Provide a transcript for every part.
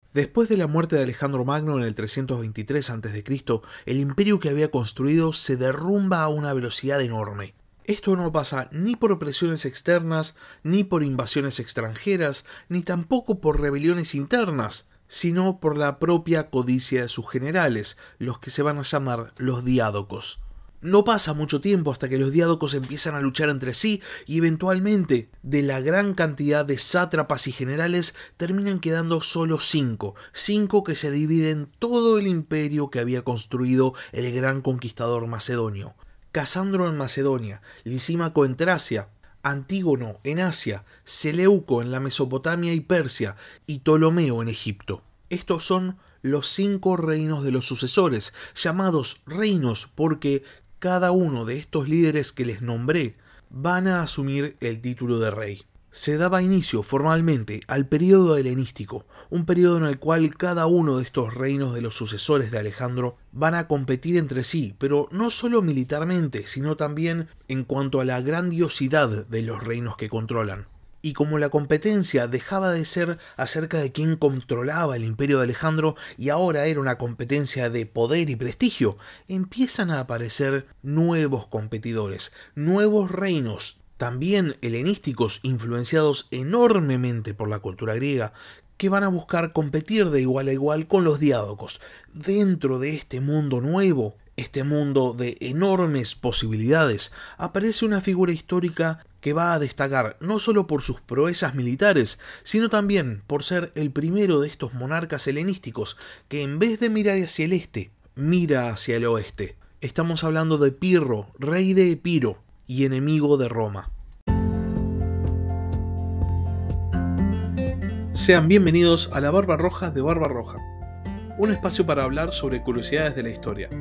Después de la muerte de Alejandro Magno en el 323 a.C., el imperio que había construido se derrumba a una velocidad enorme. Esto no pasa ni por presiones externas, ni por invasiones extranjeras, ni tampoco por rebeliones internas, sino por la propia codicia de sus generales, los que se van a llamar los diádocos. No pasa mucho tiempo hasta que los diádocos empiezan a luchar entre sí y eventualmente, de la gran cantidad de sátrapas y generales, terminan quedando solo 5 que se dividen todo el imperio que había construido el gran conquistador macedonio. Casandro en Macedonia, Lisímaco en Tracia, Antígono en Asia, Seleuco en la Mesopotamia y Persia y Ptolomeo en Egipto. Estos son los 5 reinos de los sucesores, llamados reinos porque cada uno de estos líderes que les nombré van a asumir el título de rey. Se daba inicio formalmente al período helenístico, un período en el cual cada uno de estos reinos de los sucesores de Alejandro van a competir entre sí, pero no solo militarmente, sino también en cuanto a la grandiosidad de los reinos que controlan. Y como la competencia dejaba de ser acerca de quién controlaba el imperio de Alejandro y ahora era una competencia de poder y prestigio, empiezan a aparecer nuevos competidores, nuevos reinos, también helenísticos influenciados enormemente por la cultura griega, que van a buscar competir de igual a igual con los diádocos. Dentro de este mundo nuevo, este mundo de enormes posibilidades, aparece una figura histórica que va a destacar no solo por sus proezas militares, sino también por ser el primero de estos monarcas helenísticos que en vez de mirar hacia el este, mira hacia el oeste. Estamos hablando de Pirro, rey de Epiro y enemigo de Roma. Sean bienvenidos a La Barba Roja de Barba Roja, un espacio para hablar sobre curiosidades de la historia.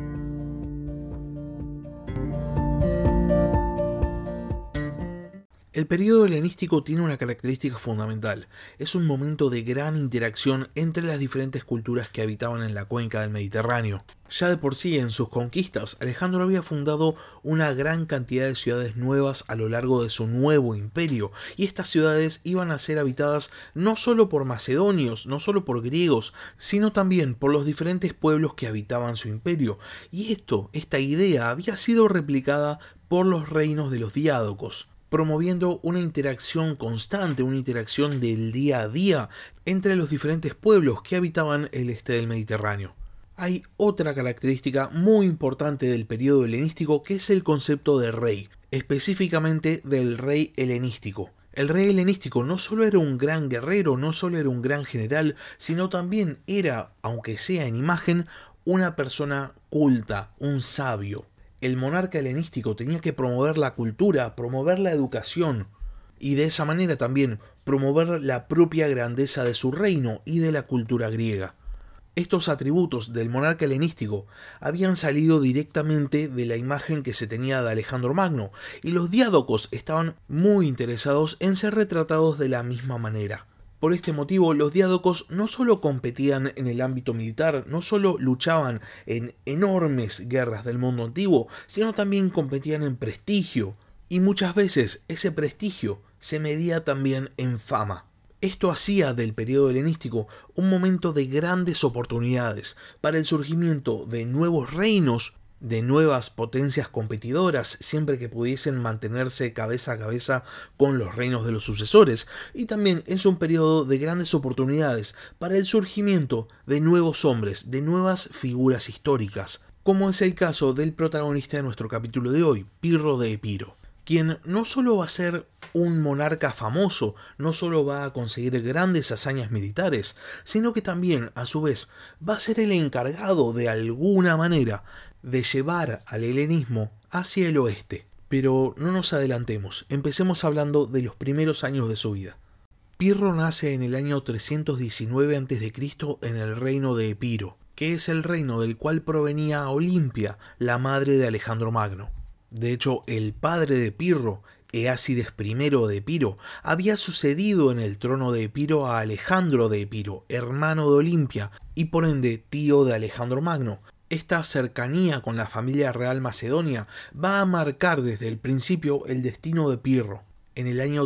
El período helenístico tiene una característica fundamental. Es un momento de gran interacción entre las diferentes culturas que habitaban en la cuenca del Mediterráneo. Ya de por sí, en sus conquistas, Alejandro había fundado una gran cantidad de ciudades nuevas a lo largo de su nuevo imperio, y estas ciudades iban a ser habitadas no solo por macedonios, no solo por griegos, sino también por los diferentes pueblos que habitaban su imperio. Y esta idea había sido replicada por los reinos de los diádocos, promoviendo una interacción constante, una interacción del día a día entre los diferentes pueblos que habitaban el este del Mediterráneo. Hay otra característica muy importante del periodo helenístico que es el concepto de rey, específicamente del rey helenístico. El rey helenístico no solo era un gran guerrero, no solo era un gran general, sino también era, aunque sea en imagen, una persona culta, un sabio. El monarca helenístico tenía que promover la cultura, promover la educación y de esa manera también promover la propia grandeza de su reino y de la cultura griega. Estos atributos del monarca helenístico habían salido directamente de la imagen que se tenía de Alejandro Magno y los diádocos estaban muy interesados en ser retratados de la misma manera. Por este motivo, los diádocos no solo competían en el ámbito militar, no solo luchaban en enormes guerras del mundo antiguo, sino también competían en prestigio, y muchas veces ese prestigio se medía también en fama. Esto hacía del periodo helenístico un momento de grandes oportunidades para el surgimiento de nuevos reinos, de nuevas potencias competidoras, siempre que pudiesen mantenerse cabeza a cabeza con los reinos de los sucesores, y también es un periodo de grandes oportunidades para el surgimiento de nuevos hombres, de nuevas figuras históricas, como es el caso del protagonista de nuestro capítulo de hoy, Pirro de Epiro, quien no solo va a ser un monarca famoso, no solo va a conseguir grandes hazañas militares, sino que también, a su vez, va a ser el encargado de alguna manera de llevar al helenismo hacia el oeste. Pero no nos adelantemos, empecemos hablando de los primeros años de su vida. Pirro nace en el año 319 a.C. en el reino de Epiro, que es el reino del cual provenía Olimpia, la madre de Alejandro Magno. De hecho, el padre de Pirro, Eácides I de Epiro, había sucedido en el trono de Epiro a Alejandro de Epiro, hermano de Olimpia, y por ende tío de Alejandro Magno. Esta cercanía con la familia real macedonia va a marcar desde el principio el destino de Pirro. En el año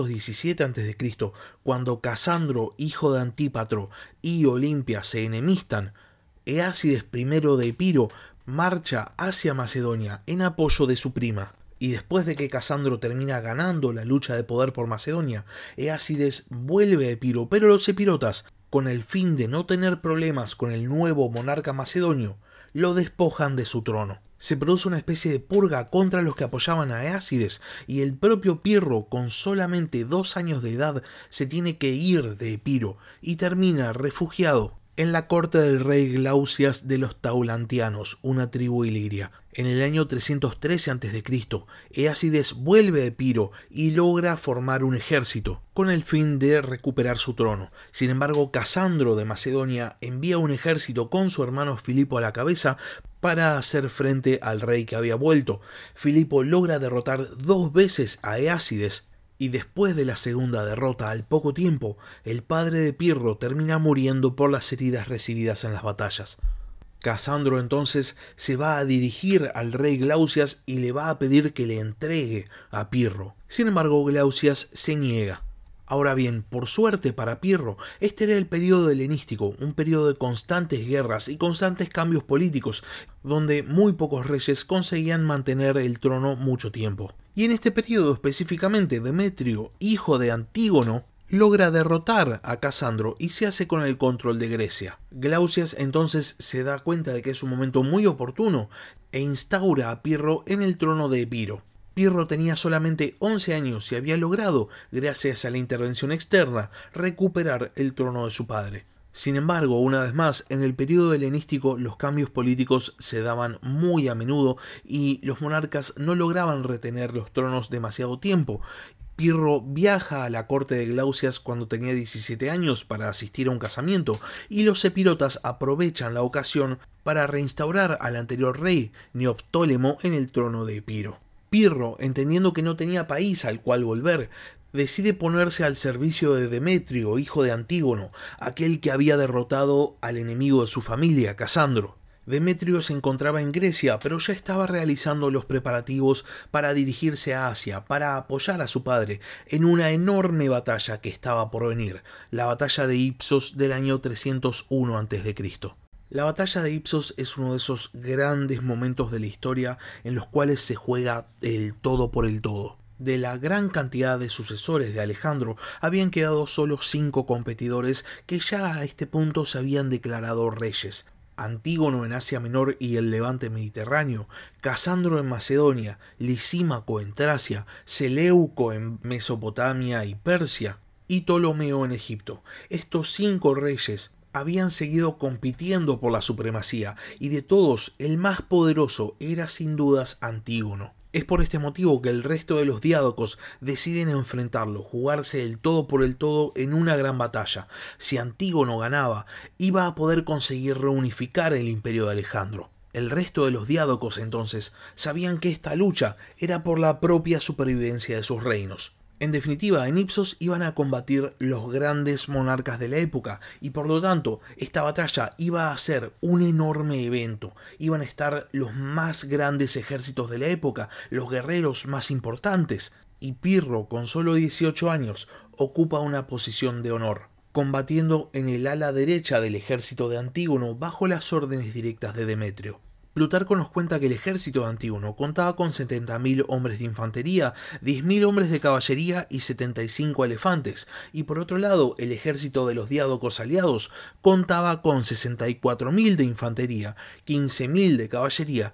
317 a.C., cuando Casandro, hijo de Antípatro, y Olimpia se enemistan, Eácides I de Epiro marcha hacia Macedonia en apoyo de su prima. Y después de que Casandro termina ganando la lucha de poder por Macedonia, Eácides vuelve a Epiro, pero los epirotas, con el fin de no tener problemas con el nuevo monarca macedonio, lo despojan de su trono. Se produce una especie de purga contra los que apoyaban a Eácides, y el propio Pirro, con solamente 2 años de edad, se tiene que ir de Epiro y termina refugiado en la corte del rey Glaucias de los Taulantianos, una tribu iliria. En el año 313 a.C., Eácides vuelve a Epiro y logra formar un ejército, con el fin de recuperar su trono. Sin embargo, Casandro de Macedonia envía un ejército con su hermano Filipo a la cabeza para hacer frente al rey que había vuelto. Filipo logra derrotar 2 veces a Eácides, y después de la segunda derrota, al poco tiempo, el padre de Pirro termina muriendo por las heridas recibidas en las batallas. Casandro entonces se va a dirigir al rey Glaucias y le va a pedir que le entregue a Pirro. Sin embargo, Glaucias se niega. Ahora bien, por suerte para Pirro, este era el periodo helenístico, un periodo de constantes guerras y constantes cambios políticos, donde muy pocos reyes conseguían mantener el trono mucho tiempo. Y en este periodo específicamente, Demetrio, hijo de Antígono, logra derrotar a Casandro y se hace con el control de Grecia. Glaucias entonces se da cuenta de que es un momento muy oportuno e instaura a Pirro en el trono de Epiro. Pirro tenía solamente 11 años y había logrado, gracias a la intervención externa, recuperar el trono de su padre. Sin embargo, una vez más, en el periodo helenístico los cambios políticos se daban muy a menudo y los monarcas no lograban retener los tronos demasiado tiempo. Pirro viaja a la corte de Glaucias cuando tenía 17 años para asistir a un casamiento, y los epirotas aprovechan la ocasión para reinstaurar al anterior rey, Neoptólemo, en el trono de Epiro. Pirro, entendiendo que no tenía país al cual volver, decide ponerse al servicio de Demetrio, hijo de Antígono, aquel que había derrotado al enemigo de su familia, Casandro. Demetrio se encontraba en Grecia, pero ya estaba realizando los preparativos para dirigirse a Asia, para apoyar a su padre en una enorme batalla que estaba por venir, la batalla de Ipsos del año 301 a.C. La batalla de Ipsos es uno de esos grandes momentos de la historia en los cuales se juega el todo por el todo. De la gran cantidad de sucesores de Alejandro, habían quedado solo 5 competidores que ya a este punto se habían declarado reyes. Antígono en Asia Menor y el Levante Mediterráneo, Casandro en Macedonia, Lisímaco en Tracia, Seleuco en Mesopotamia y Persia, y Ptolomeo en Egipto. Estos 5 reyes habían seguido compitiendo por la supremacía, y de todos el más poderoso era sin dudas Antígono. Es por este motivo que el resto de los diádocos deciden enfrentarlo, jugarse el todo por el todo en una gran batalla. Si Antígono ganaba, iba a poder conseguir reunificar el imperio de Alejandro. El resto de los diádocos entonces sabían que esta lucha era por la propia supervivencia de sus reinos. En definitiva, en Ipsos iban a combatir los grandes monarcas de la época, y por lo tanto esta batalla iba a ser un enorme evento. Iban a estar los más grandes ejércitos de la época, los guerreros más importantes, y Pirro, con solo 18 años, ocupa una posición de honor, combatiendo en el ala derecha del ejército de Antígono bajo las órdenes directas de Demetrio. Plutarco nos cuenta que el ejército de Antígono contaba con 70.000 hombres de infantería, 10.000 hombres de caballería y 75 elefantes, y por otro lado el ejército de los diádocos aliados contaba con 64.000 de infantería, 15.000 de caballería,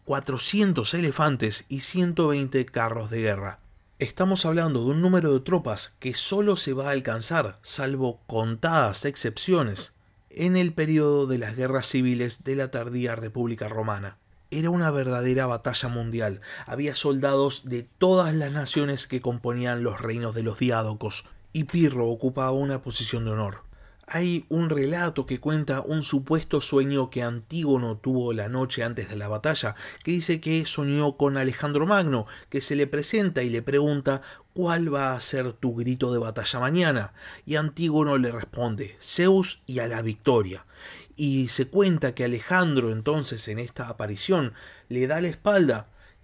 400 elefantes y 120 carros de guerra. Estamos hablando de un número de tropas que solo se va a alcanzar, salvo contadas excepciones, en el periodo de las guerras civiles de la tardía República Romana. Era una verdadera batalla mundial. Había soldados de todas las naciones que componían los reinos de los diádocos, y Pirro ocupaba una posición de honor. Hay un relato que cuenta un supuesto sueño que Antígono tuvo la noche antes de la batalla, que dice que soñó con Alejandro Magno, que se le presenta y le pregunta ¿cuál va a ser tu grito de batalla mañana? Y Antígono le responde Zeus y a la victoria. Y se cuenta que Alejandro entonces en esta aparición le da la espalda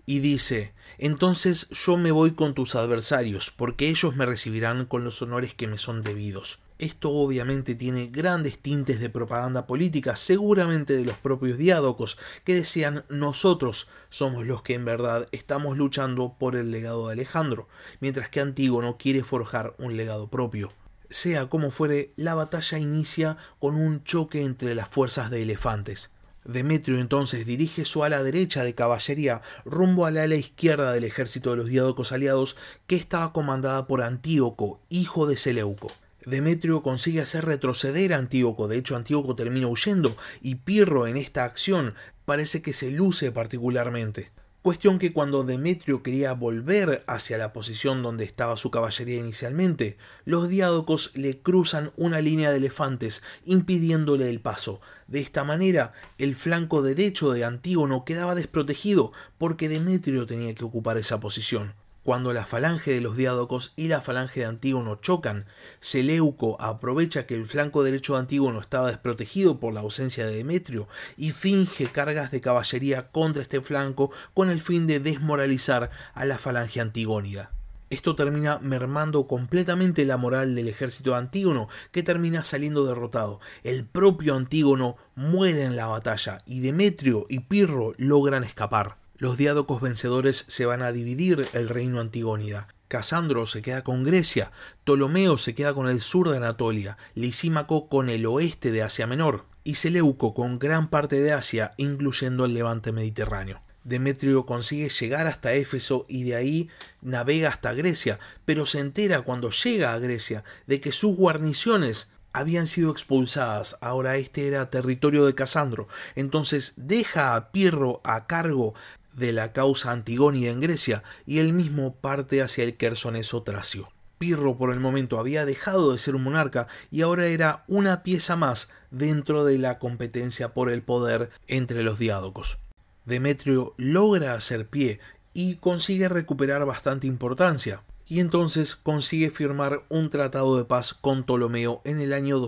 y dice: entonces yo me voy con tus adversarios, porque ellos me recibirán con los honores que me son debidos. Esto obviamente tiene grandes tintes de propaganda política, seguramente de los propios diádocos, que decían: nosotros somos los que en verdad estamos luchando por el legado de Alejandro, mientras que Antígono quiere forjar un legado propio. Sea como fuere, la batalla inicia con un choque entre las fuerzas de elefantes. Demetrio entonces dirige su ala derecha de caballería rumbo al ala izquierda del ejército de los diádocos aliados, que estaba comandada por Antíoco, hijo de Seleuco. Demetrio consigue hacer retroceder a Antíoco, de hecho Antíoco termina huyendo, y Pirro en esta acción parece que se luce particularmente. Cuestión que cuando Demetrio quería volver hacia la posición donde estaba su caballería inicialmente, los diádocos le cruzan una línea de elefantes impidiéndole el paso. De esta manera, el flanco derecho de Antígono quedaba desprotegido porque Demetrio tenía que ocupar esa posición. Cuando la falange de los diádocos y la falange de Antígono chocan, Seleuco aprovecha que el flanco derecho de Antígono estaba desprotegido por la ausencia de Demetrio y finge cargas de caballería contra este flanco con el fin de desmoralizar a la falange antigónida. Esto termina mermando completamente la moral del ejército de Antígono, que termina saliendo derrotado. El propio Antígono muere en la batalla y Demetrio y Pirro logran escapar. Los diádocos vencedores se van a dividir el reino antigónida. Casandro se queda con Grecia, Ptolomeo se queda con el sur de Anatolia, Lisímaco con el oeste de Asia Menor y Seleuco con gran parte de Asia, incluyendo el levante mediterráneo. Demetrio consigue llegar hasta Éfeso y de ahí navega hasta Grecia, pero se entera cuando llega a Grecia de que sus guarniciones habían sido expulsadas. Ahora este era territorio de Casandro, entonces deja a Pirro a cargo de la causa antigónida en Grecia y él mismo parte hacia el Quersoneso Tracio. Pirro por el momento había dejado de ser un monarca y ahora era una pieza más dentro de la competencia por el poder entre los diádocos. Demetrio logra hacer pie y consigue recuperar bastante importancia, y entonces consigue firmar un tratado de paz con Ptolomeo en el año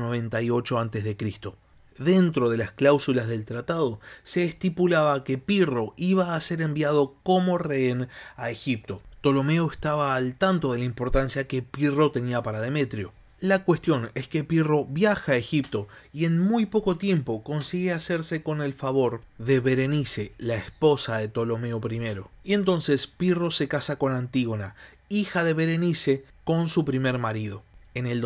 298 a.C. Dentro de las cláusulas del tratado se estipulaba que Pirro iba a ser enviado como rehén a Egipto. Ptolomeo estaba al tanto de la importancia que Pirro tenía para Demetrio. La cuestión es que Pirro viaja a Egipto y en muy poco tiempo consigue hacerse con el favor de Berenice, la esposa de Ptolomeo I. Y entonces Pirro se casa con Antígona, hija de Berenice, con su primer marido. En el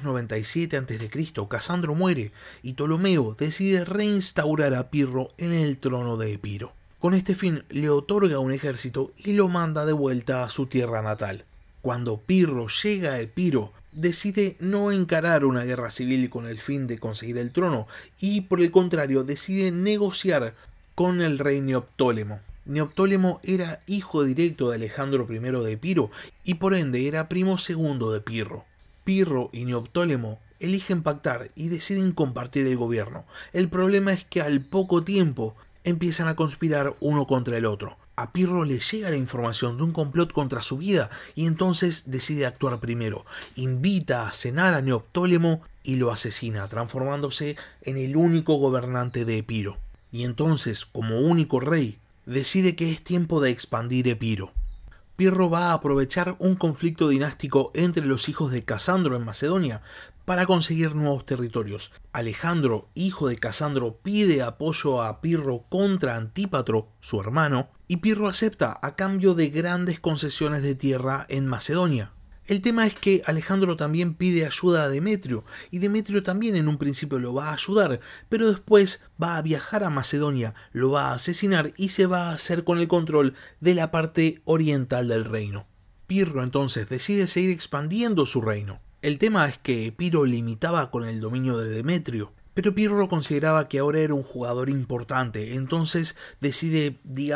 297 a.C., Casandro muere y Ptolomeo decide reinstaurar a Pirro en el trono de Epiro. Con este fin le otorga un ejército y lo manda de vuelta a su tierra natal. Cuando Pirro llega a Epiro, decide no encarar una guerra civil con el fin de conseguir el trono y por el contrario decide negociar con el rey Neoptólemo. Neoptólemo era hijo directo de Alejandro I de Epiro y por ende era primo segundo de Pirro. Pirro y Neoptólemo eligen pactar y deciden compartir el gobierno. El problema es que al poco tiempo empiezan a conspirar uno contra el otro. A Pirro le llega la información de un complot contra su vida y entonces decide actuar primero. Invita a cenar a Neoptólemo y lo asesina, transformándose en el único gobernante de Epiro. Y entonces, como único rey, decide que es tiempo de expandir Epiro. Pirro va a aprovechar un conflicto dinástico entre los hijos de Casandro en Macedonia para conseguir nuevos territorios. Alejandro, hijo de Casandro, pide apoyo a Pirro contra Antípatro, su hermano, y Pirro acepta a cambio de grandes concesiones de tierra en Macedonia. El tema es que Alejandro también pide ayuda a Demetrio, y Demetrio también en un principio lo va a ayudar, pero después va a viajar a Macedonia, lo va a asesinar y se va a hacer con el control de la parte oriental del reino. Pirro entonces decide seguir expandiendo su reino. El tema es que Epiro limitaba con el dominio de Demetrio, pero Pirro consideraba que ahora era un jugador importante, entonces decide,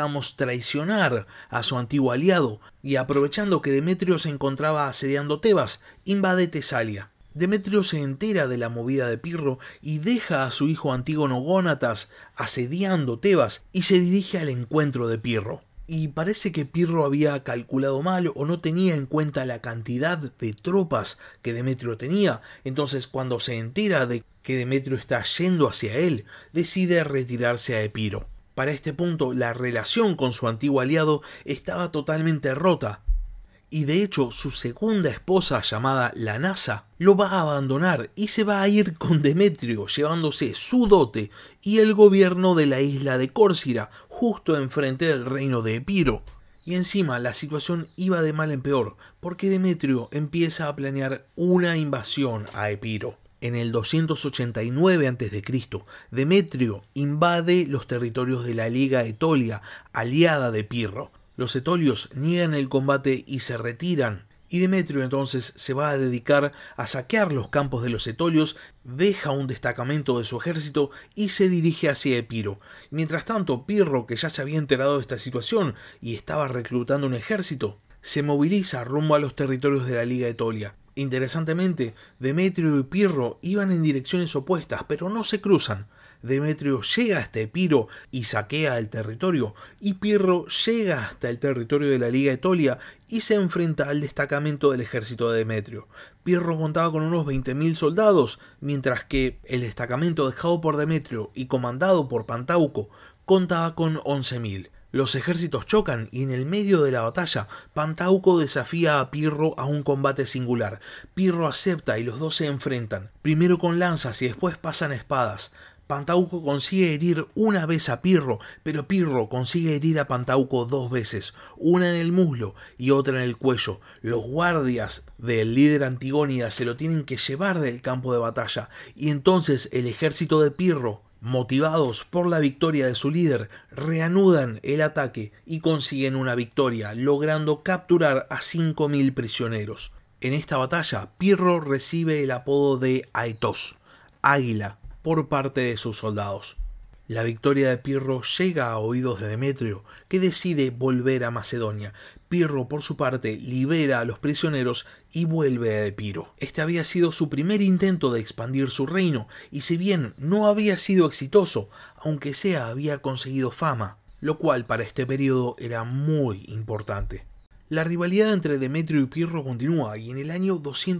traicionar a su antiguo aliado, y aprovechando que Demetrio se encontraba asediando Tebas, invade Tesalia. Demetrio se entera de la movida de Pirro y deja a su hijo Antígono Gónatas asediando Tebas y se dirige al encuentro de Pirro. Y parece que Pirro había calculado mal o no tenía en cuenta la cantidad de tropas que Demetrio tenía, entonces cuando se entera de que Demetrio está yendo hacia él, decide retirarse a Epiro. Para este punto, la relación con su antiguo aliado estaba totalmente rota, y de hecho su segunda esposa, llamada Lanasa, lo va a abandonar y se va a ir con Demetrio, llevándose su dote y el gobierno de la isla de Córcira, justo enfrente del reino de Epiro. Y encima la situación iba de mal en peor, porque Demetrio empieza a planear una invasión a Epiro. En el 289 a.C., Demetrio invade los territorios de la Liga Etolia, aliada de Pirro. Los etolios niegan el combate y se retiran, y Demetrio entonces se va a dedicar a saquear los campos de los etolios, deja un destacamento de su ejército y se dirige hacia Epiro. Mientras tanto, Pirro, que ya se había enterado de esta situación y estaba reclutando un ejército, se moviliza rumbo a los territorios de la Liga Etolia. Interesantemente, Demetrio y Pirro iban en direcciones opuestas, pero no se cruzan. Demetrio llega hasta Epiro y saquea el territorio, y Pirro llega hasta el territorio de la Liga Etolia y se enfrenta al destacamento del ejército de Demetrio. Pirro contaba con unos 20.000 soldados, mientras que el destacamento dejado por Demetrio y comandado por Pantauco contaba con 11.000. Los ejércitos chocan y en el medio de la batalla, Pantauco desafía a Pirro a un combate singular. Pirro acepta y los dos se enfrentan, primero con lanzas y después pasan espadas. Pantauco consigue herir una vez a Pirro, pero Pirro consigue herir a Pantauco 2 veces, una en el muslo y otra en el cuello. Los guardias del líder Antigónida se lo tienen que llevar del campo de batalla, y entonces el ejército de Pirro, motivados por la victoria de su líder, reanudan el ataque y consiguen una victoria, logrando capturar a 5.000 prisioneros. En esta batalla, Pirro recibe el apodo de Aetos, águila, por parte de sus soldados. La victoria de Pirro llega a oídos de Demetrio, que decide volver a Macedonia. Pirro, por su parte, libera a los prisioneros y vuelve a Epiro. Este había sido su primer intento de expandir su reino, y si bien no había sido exitoso, aunque sea había conseguido fama, lo cual para este periodo era muy importante. La rivalidad entre Demetrio y Pirro continúa, y en el año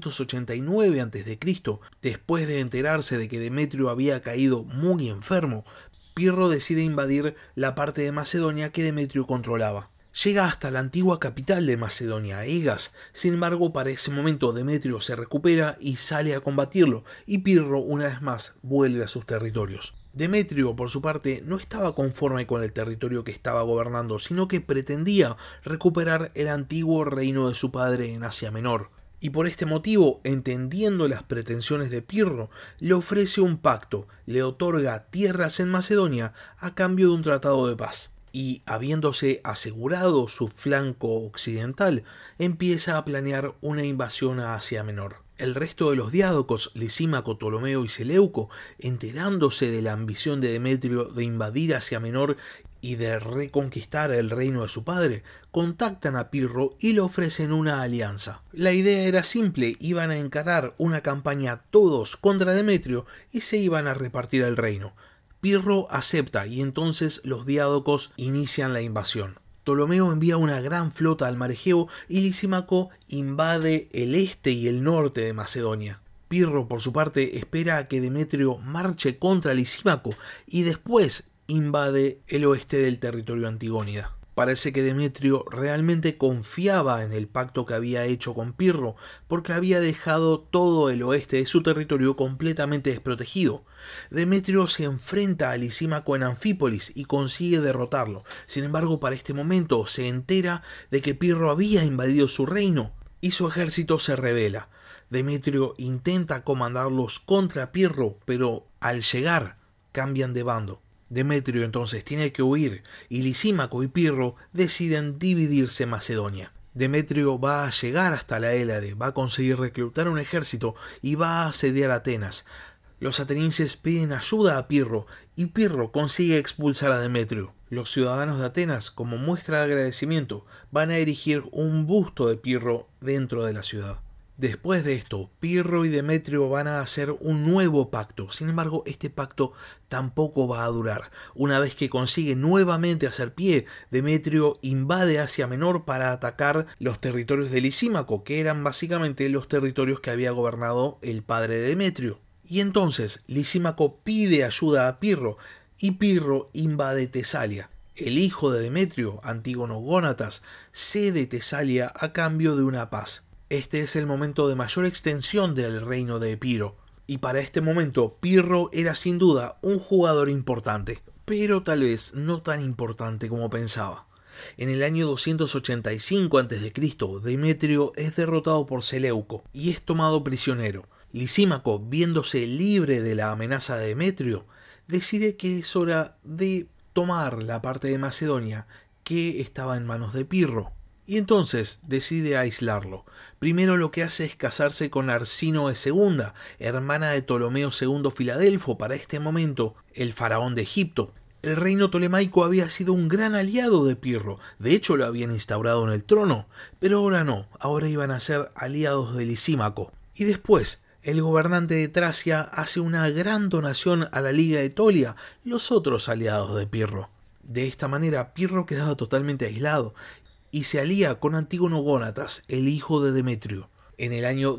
289 a.C., después de enterarse de que Demetrio había caído muy enfermo, Pirro decide invadir la parte de Macedonia que Demetrio controlaba. Llega hasta la antigua capital de Macedonia, Egas. Sin embargo, para ese momento Demetrio se recupera y sale a combatirlo, y Pirro una vez más vuelve a sus territorios. Demetrio, por su parte, no estaba conforme con el territorio que estaba gobernando, sino que pretendía recuperar el antiguo reino de su padre en Asia Menor. Y por este motivo, entendiendo las pretensiones de Pirro, le ofrece un pacto, le otorga tierras en Macedonia a cambio de un tratado de paz. Y, habiéndose asegurado su flanco occidental, empieza a planear una invasión a Asia Menor. El resto de los diádocos, Lisímaco, Ptolomeo y Seleuco, enterándose de la ambición de Demetrio de invadir Asia Menor y de reconquistar el reino de su padre, contactan a Pirro y le ofrecen una alianza. La idea era simple: iban a encarar una campaña todos contra Demetrio y se iban a repartir el reino. Pirro acepta y entonces los diádocos inician la invasión. Ptolomeo envía una gran flota al mar Egeo y Lisímaco invade el este y el norte de Macedonia. Pirro, por su parte, espera a que Demetrio marche contra Lisímaco y después invade el oeste del territorio Antigónida. Parece que Demetrio realmente confiaba en el pacto que había hecho con Pirro, porque había dejado todo el oeste de su territorio completamente desprotegido. Demetrio se enfrenta a Lisímaco en Anfípolis y consigue derrotarlo. Sin embargo, para este momento se entera de que Pirro había invadido su reino y su ejército se rebela. Demetrio intenta comandarlos contra Pirro, pero al llegar cambian de bando. Demetrio entonces tiene que huir y Lisímaco y Pirro deciden dividirse Macedonia. Demetrio va a llegar hasta la Hélade, va a conseguir reclutar un ejército y va a asediar Atenas. Los atenienses piden ayuda a Pirro y Pirro consigue expulsar a Demetrio. Los ciudadanos de Atenas, como muestra de agradecimiento, van a erigir un busto de Pirro dentro de la ciudad. Después de esto, Pirro y Demetrio van a hacer un nuevo pacto. Sin embargo, este pacto tampoco va a durar. Una vez que consigue nuevamente hacer pie, Demetrio invade Asia Menor para atacar los territorios de Lisímaco, que eran básicamente los territorios que había gobernado el padre de Demetrio. Y entonces Lisímaco pide ayuda a Pirro, y Pirro invade Tesalia. El hijo de Demetrio, Antígono Gónatas, cede Tesalia a cambio de una paz. Este es el momento de mayor extensión del reino de Epiro, y para este momento Pirro era sin duda un jugador importante, pero tal vez no tan importante como pensaba. En el año 285 a.C., Demetrio es derrotado por Seleuco y es tomado prisionero. Lisímaco, viéndose libre de la amenaza de Demetrio, decide que es hora de tomar la parte de Macedonia que estaba en manos de Pirro. Y entonces decide aislarlo. Primero lo que hace es casarse con Arsínoe II, hermana de Ptolomeo II Filadelfo, para este momento el faraón de Egipto. El reino tolemaico había sido un gran aliado de Pirro, de hecho lo habían instaurado en el trono, pero ahora no, ahora iban a ser aliados de Lisímaco. Y después, el gobernante de Tracia hace una gran donación a la Liga Etolia, los otros aliados de Pirro. De esta manera, Pirro quedaba totalmente aislado y se alía con Antígono Gónatas, el hijo de Demetrio. En el año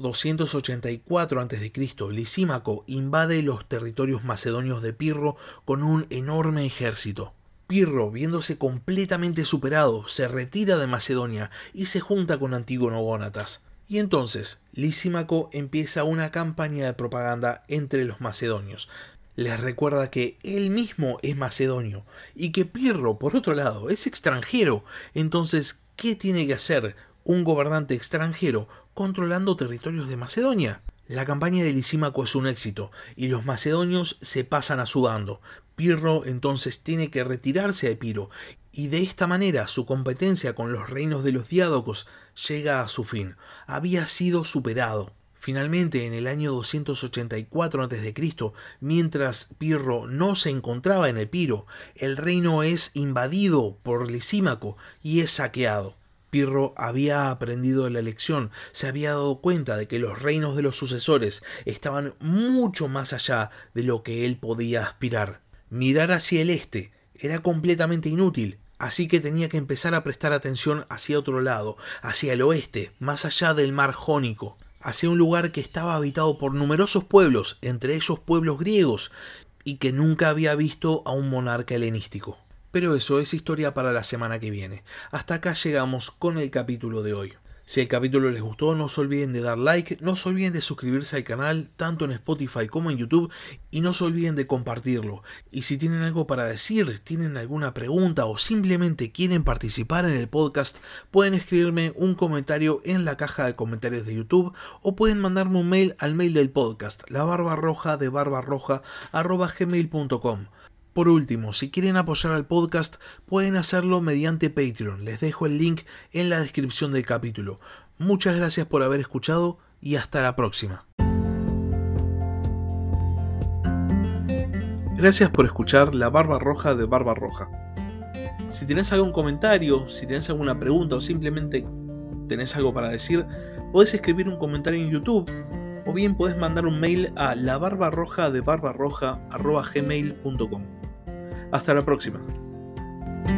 284 a.C., Lisímaco invade los territorios macedonios de Pirro con un enorme ejército. Pirro, viéndose completamente superado, se retira de Macedonia y se junta con Antígono Gónatas. Y entonces, Lisímaco empieza una campaña de propaganda entre los macedonios. Les recuerda que él mismo es macedonio y que Pirro, por otro lado, es extranjero. Entonces, ¿qué tiene que hacer un gobernante extranjero controlando territorios de Macedonia? La campaña de Lisímaco es un éxito y los macedonios se pasan a su bando. Pirro entonces tiene que retirarse a Epiro y de esta manera su competencia con los reinos de los diádocos llega a su fin. Había sido superado. Finalmente, en el año 284 a.C., mientras Pirro no se encontraba en Epiro, el reino es invadido por Lisímaco y es saqueado. Pirro había aprendido la lección, se había dado cuenta de que los reinos de los sucesores estaban mucho más allá de lo que él podía aspirar. Mirar hacia el este era completamente inútil, así que tenía que empezar a prestar atención hacia otro lado, hacia el oeste, más allá del mar Jónico, hacia un lugar que estaba habitado por numerosos pueblos, entre ellos pueblos griegos, y que nunca había visto a un monarca helenístico. Pero eso es historia para la semana que viene. Hasta acá llegamos con el capítulo de hoy. Si el capítulo les gustó, no se olviden de dar like, no se olviden de suscribirse al canal, tanto en Spotify como en YouTube, y no se olviden de compartirlo. Y si tienen algo para decir, tienen alguna pregunta o simplemente quieren participar en el podcast, pueden escribirme un comentario en la caja de comentarios de YouTube o pueden mandarme un mail al mail del podcast, labarbarroja@gmail.com. Por último, si quieren apoyar al podcast, pueden hacerlo mediante Patreon. Les dejo el link en la descripción del capítulo. Muchas gracias por haber escuchado y hasta la próxima. Gracias por escuchar La Barba Roja de Barba Roja. Si tenés algún comentario, si tenés alguna pregunta o simplemente tenés algo para decir, podés escribir un comentario en YouTube o bien podés mandar un mail a labarbarrojadebarbarroja@gmail.com. Hasta la próxima.